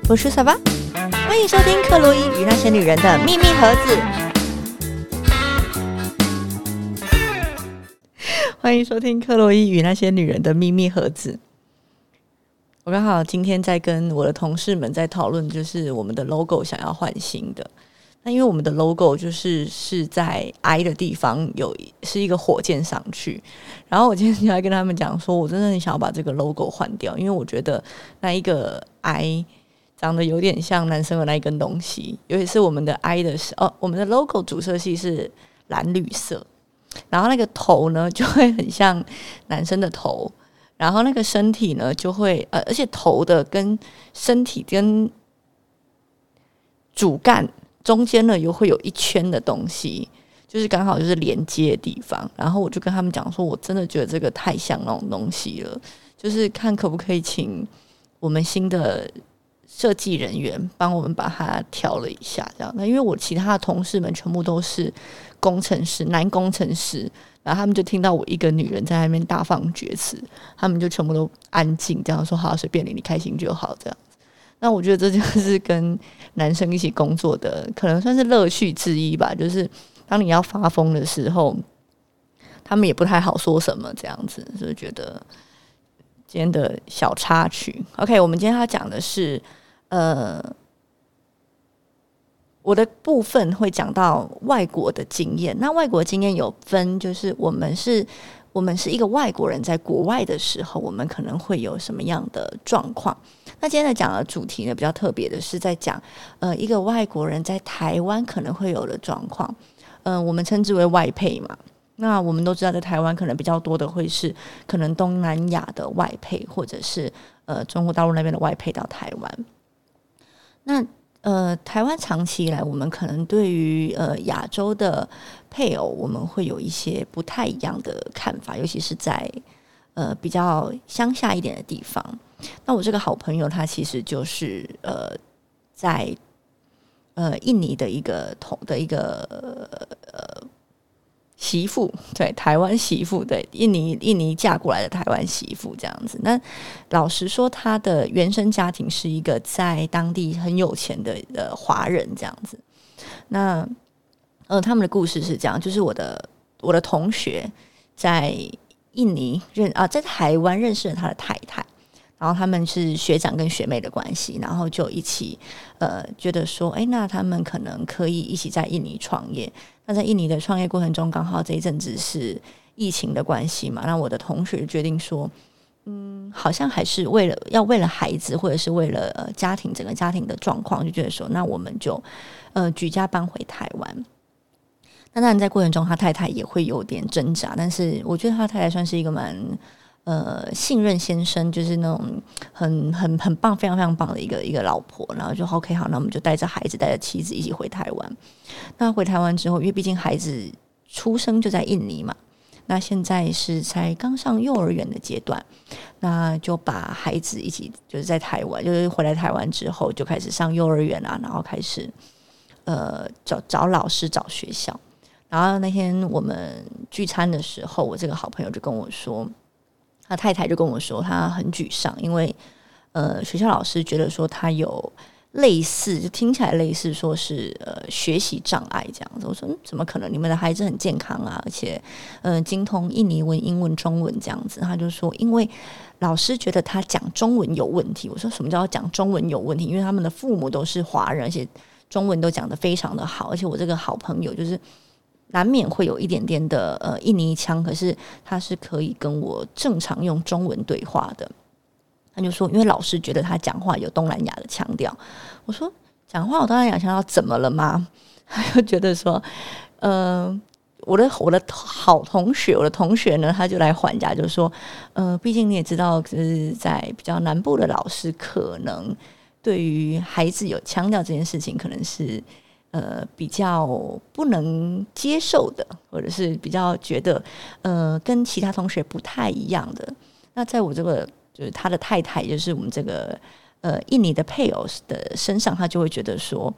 我是萨巴，欢迎收听克洛伊与那些女人的秘密盒子。欢迎收听克洛伊与那些女人的秘密盒子。我刚好今天在跟我的同事们在讨论，就是我们的 logo 想要换新的。那因为我们的 logo 是在 I 的地方是一个火箭上去，然后我今天就来跟他们讲说，我真的很想要把这个 logo 换掉，因为我觉得那一个 I 长得有点像男生的那一根东西，尤其是我们的 I 的我们的 logo 主色系是蓝绿色，然后那个头呢就会很像男生的头，然后那个身体呢就会而且头的跟身体跟主干中间呢又会有一圈的东西，就是刚好就是连接的地方。然后我就跟他们讲说，我真的觉得这个太像那种东西了，就是看可不可以请我们新的设计人员帮我们把它调了一下这样。那因为我其他的同事们全部都是工程师，男工程师，然后他们就听到我一个女人在那边大放厥词，他们就全部都安静这样说，好，随便你开心就好这样。那我觉得这就是跟男生一起工作的可能算是乐趣之一吧，就是当你要发疯的时候，他们也不太好说什么这样子，所以觉得今天的小插曲。 OK， 我们今天要讲的是我的部分会讲到外国的经验。那外国经验有分，就是我们是一个外国人在国外的时候，我们可能会有什么样的状况。那今天的讲的主题呢，比较特别的是在讲一个外国人在台湾可能会有的状况。我们称之为外配嘛。那我们都知道在台湾可能比较多的会是可能东南亚的外配，或者是中国大陆那边的外配到台湾。那台湾长期以来，我们可能对于亚洲的配偶，我们会有一些不太一样的看法，尤其是在比较乡下一点的地方。那我这个好朋友，他其实就是在印尼的一个媳妇，对，台湾媳妇，对，印尼嫁过来的台湾媳妇这样子。那老实说，他的原生家庭是一个在当地很有钱的华人这样子。那他们的故事是这样，就是我的同学在印尼在台湾认识了他的太太，然后他们是学长跟学妹的关系，然后就一起觉得说，那他们可能可以一起在印尼创业。那在印尼的创业过程中，刚好这一阵子是疫情的关系嘛，那我的同学决定说，好像还是为了孩子，或者是为了整个家庭的状况，就觉得说，那我们就举家搬回台湾。那当然在过程中他太太也会有点挣扎，但是我觉得他太太算是一个蛮信任先生，就是那种很棒，非常非常棒的一个老婆。然后就 OK 好，那我们就带着孩子带着妻子一起回台湾。那回台湾之后，因为毕竟孩子出生就在印尼嘛，那现在是才刚上幼儿园的阶段，那就把孩子一起就是在台湾，就是回来台湾之后就开始上幼儿园啊，然后开始找老师找学校。然后那天我们聚餐的时候，我这个好朋友就跟我说，他太太就跟我说他很沮丧，因为学校老师觉得说他有类似，就听起来类似说是学习障碍这样子。我说怎么可能，你们的孩子很健康啊，而且精通印尼文、英文、中文这样子。他就说因为老师觉得他讲中文有问题。我说什么叫讲中文有问题？因为他们的父母都是华人，而且中文都讲得非常的好，而且我这个好朋友就是难免会有一点点的印尼腔，可是他是可以跟我正常用中文对话的。他就说因为老师觉得他讲话有东南亚的腔调。我说讲话有东南亚腔调怎么了吗？他就觉得说我的好同学，我的同学呢，他就来还价，就说毕竟你也知道，就是在比较南部的老师，可能对于孩子有腔调这件事情，可能是比较不能接受的，或者是比较觉得跟其他同学不太一样的。那在我这个就是他的太太，就是我们这个印尼的配偶的身上，他就会觉得说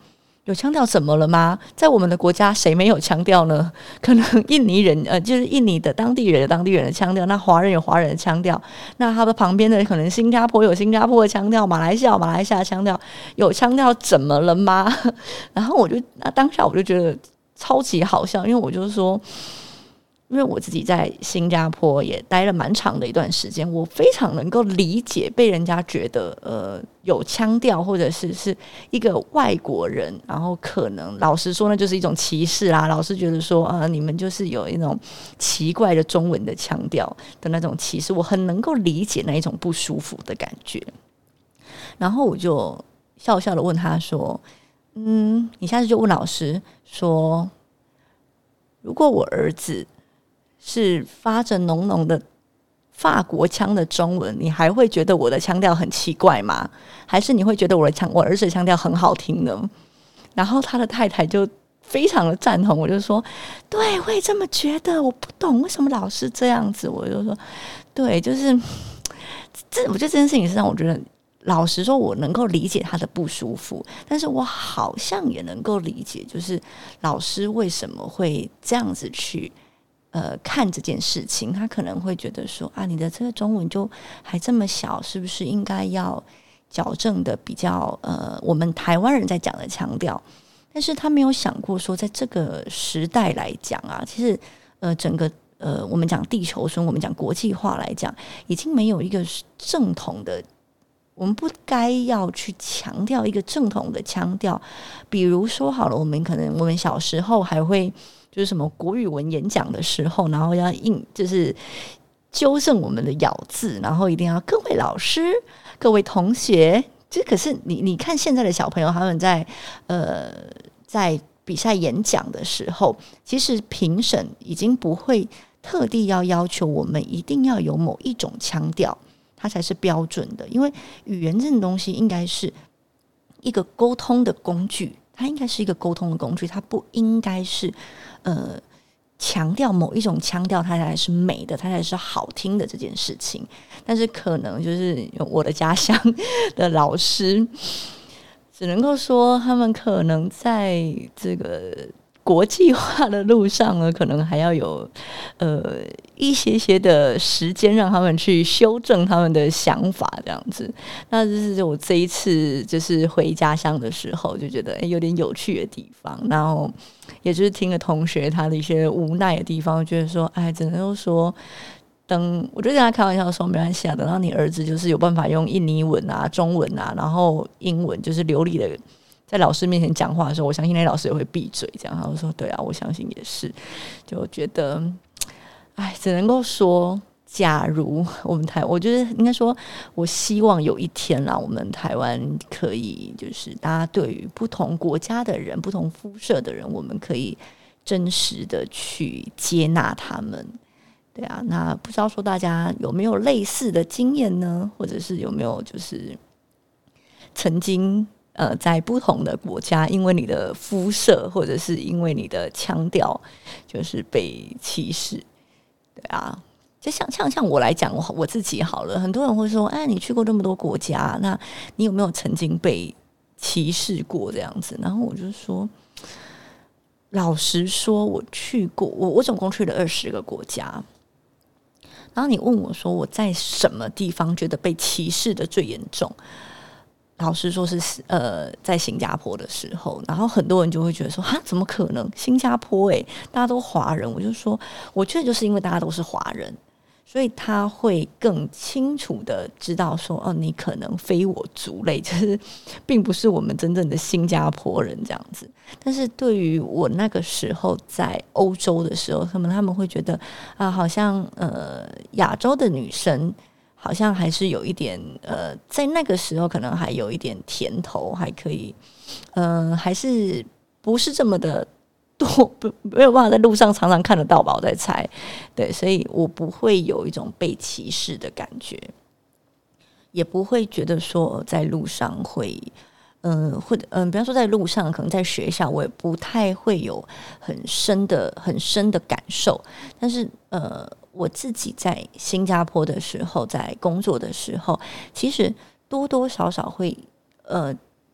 有腔调怎么了吗？在我们的国家谁没有腔调呢？可能印尼人就是印尼的当地人有当地人的腔调，那华人有华人的腔调，那他的旁边的可能新加坡有新加坡的腔调，马来西亚有马来西亚的腔调，有腔调怎么了吗？然后当下我就觉得超级好笑，因为我就是说，因为我自己在新加坡也待了蛮长的一段时间，我非常能够理解被人家觉得有腔调，或者是一个外国人，然后可能老实说那就是一种歧视啦。老是觉得说你们就是有一种奇怪的中文的腔调的那种歧视，我很能够理解那一种不舒服的感觉。然后我就笑笑的问他说：“你下次就问老师说，如果我儿子是发着浓浓的法国腔的中文，你还会觉得我的腔调很奇怪吗？还是你会觉得我儿子的腔调很好听呢？”然后他的太太就非常的赞同，我就说对，我也这么觉得，我不懂为什么老师这样子。我就说对，就是我觉得这件事情是让我觉得，老实说我能够理解他的不舒服，但是我好像也能够理解，就是老师为什么会这样子去看这件事情。他可能会觉得说你的这个中文就还这么小，是不是应该要矫正的比较我们台湾人在讲的腔调。但是他没有想过说，在这个时代来讲其实整个我们讲地球村，我们讲国际化来讲，已经没有一个正统的，我们不该要去强调一个正统的腔调。比如说好了，我们小时候还会就是什么国语文演讲的时候，然后要就是纠正我们的咬字，然后一定要各位老师、各位同学。可是你看现在的小朋友，他们在比赛演讲的时候，其实评审已经不会特地要求我们一定要有某一种腔调，它才是标准的。因为语言这种东西应该是一个沟通的工具，它应该是一个沟通的工具，它不应该是强调某一种腔调它才是美的，它才是好听的这件事情。但是可能就是我的家乡的老师，只能够说他们可能在这个国际化的路上呢，可能还要有一些的时间让他们去修正他们的想法这样子。那这是我这一次就是回家乡的时候就觉得有点有趣的地方，然后也就是听了同学他的一些无奈的地方，我觉得说只能够说我就跟他开玩笑说没关系等到你儿子就是有办法用印尼文中文然后英文就是流利的在老师面前讲话的时候，我相信那老师也会闭嘴这样。他就说对我相信也是。就觉得只能够说假如我觉得应该说我希望有一天我们台湾可以就是大家对于不同国家的人、不同肤色的人，我们可以真实的去接纳他们。对那不知道说大家有没有类似的经验呢？或者是有没有就是曾经在不同的国家因为你的肤色或者是因为你的腔调就是被歧视。对就像我来讲我自己好了，很多人会说你去过那么多国家，那你有没有曾经被歧视过这样子？然后我就说老实说我去过，我总共去了20个国家。然后你问我说我在什么地方觉得被歧视的最严重，老实说是在新加坡的时候。然后很多人就会觉得说怎么可能，新加坡大家都华人。我就说我觉得就是因为大家都是华人，所以他会更清楚的知道说你可能非我族类，就是并不是我们真正的新加坡人这样子。但是对于我那个时候在欧洲的时候，他们会觉得好像亚洲的女生好像还是有一点在那个时候可能还有一点甜头，还可以还是不是这么的多，没有办法在路上常常看得到吧，我在猜。对，所以我不会有一种被歧视的感觉，也不会觉得说在路上会或者比方说在路上，可能在学校，我也不太会有很深的感受。但是我自己在新加坡的时候，在工作的时候，其实多多少少会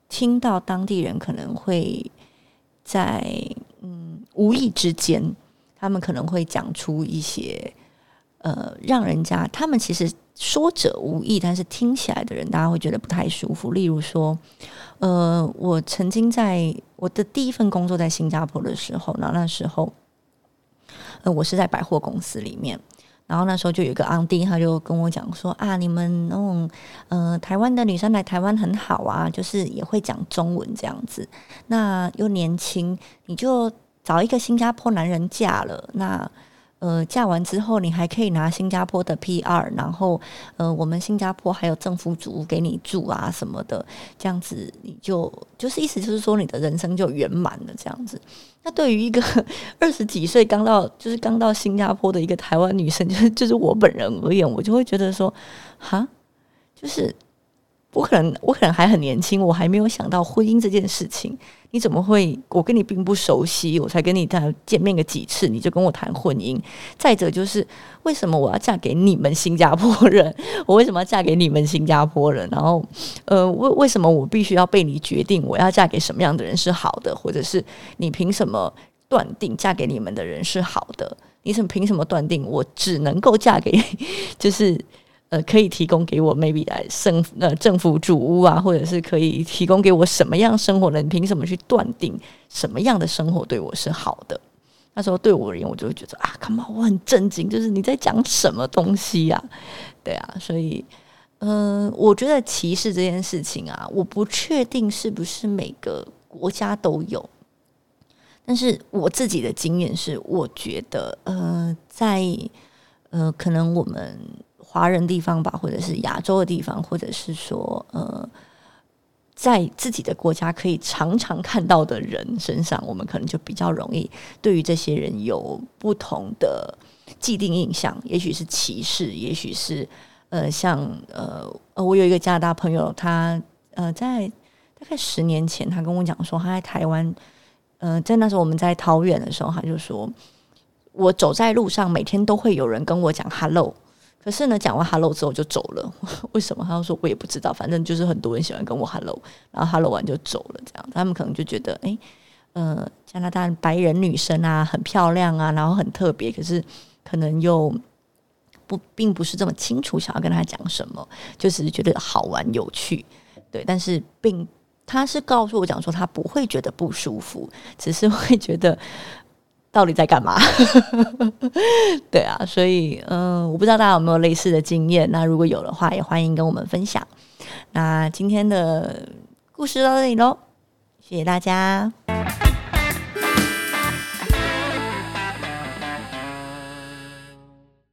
听到当地人可能会在无意之间，他们可能会讲出一些让人家他们其实说者无意，但是听起来的人大家会觉得不太舒服。例如说我曾经在我的第一份工作在新加坡的时候，然后那时候我是在百货公司里面，然后那时候就有一个昂弟，他就跟我讲说啊，你们那种台湾的女生来台湾很好啊，就是也会讲中文这样子，那又年轻，你就找一个新加坡男人嫁了，那嫁完之后你还可以拿新加坡的 PR， 然后我们新加坡还有政府组给你住啊什么的，这样子你就是意思就是说你的人生就圆满了这样子。那对于一个20几岁刚到新加坡的一个台湾女生，就是我本人而言，我就会觉得说，哈，就是我可能还很年轻，我还没有想到婚姻这件事情。你怎么会？我跟你并不熟悉，我才跟你见面个几次，你就跟我谈婚姻？再者就是，为什么我要嫁给你们新加坡人？我为什么要嫁给你们新加坡人？然后，为什么我必须要被你决定我要嫁给什么样的人是好的？或者是你凭什么断定嫁给你们的人是好的？你凭什么断定我只能够嫁给就是可以提供给我 maybe 政府主屋啊，或者是可以提供给我什么样生活的？你凭什么去断定什么样的生活对我是好的？那时候对我而言，我就会觉得啊 ，come on， 我很震惊，就是你在讲什么东西啊？对啊，所以我觉得歧视这件事情啊，我不确定是不是每个国家都有，但是我自己的经验是，我觉得在可能我们华人地方吧，或者是亚洲的地方，或者是说在自己的国家可以常常看到的人身上，我们可能就比较容易对于这些人有不同的既定印象，也许是歧视，也许是像我有一个加拿大朋友，他在大概10年前，他跟我讲说，他在台湾，在那时候我们在桃园的时候，他就说，我走在路上，每天都会有人跟我讲 hello。可是呢，讲完 hello 之后就走了，为什么？他就说我也不知道，反正就是很多人喜欢跟我 hello， 然后 hello 完就走了，这样他们可能就觉得，加拿大白人女生啊，很漂亮啊，然后很特别，可是可能又并不是这么清楚想要跟他讲什么，就只是觉得好玩有趣，对，但是他是告诉我讲说，他不会觉得不舒服，只是会觉得。到底在干嘛？对啊，所以我不知道大家有没有类似的经验，那如果有的话，也欢迎跟我们分享。那今天的故事到这里咯，谢谢大家。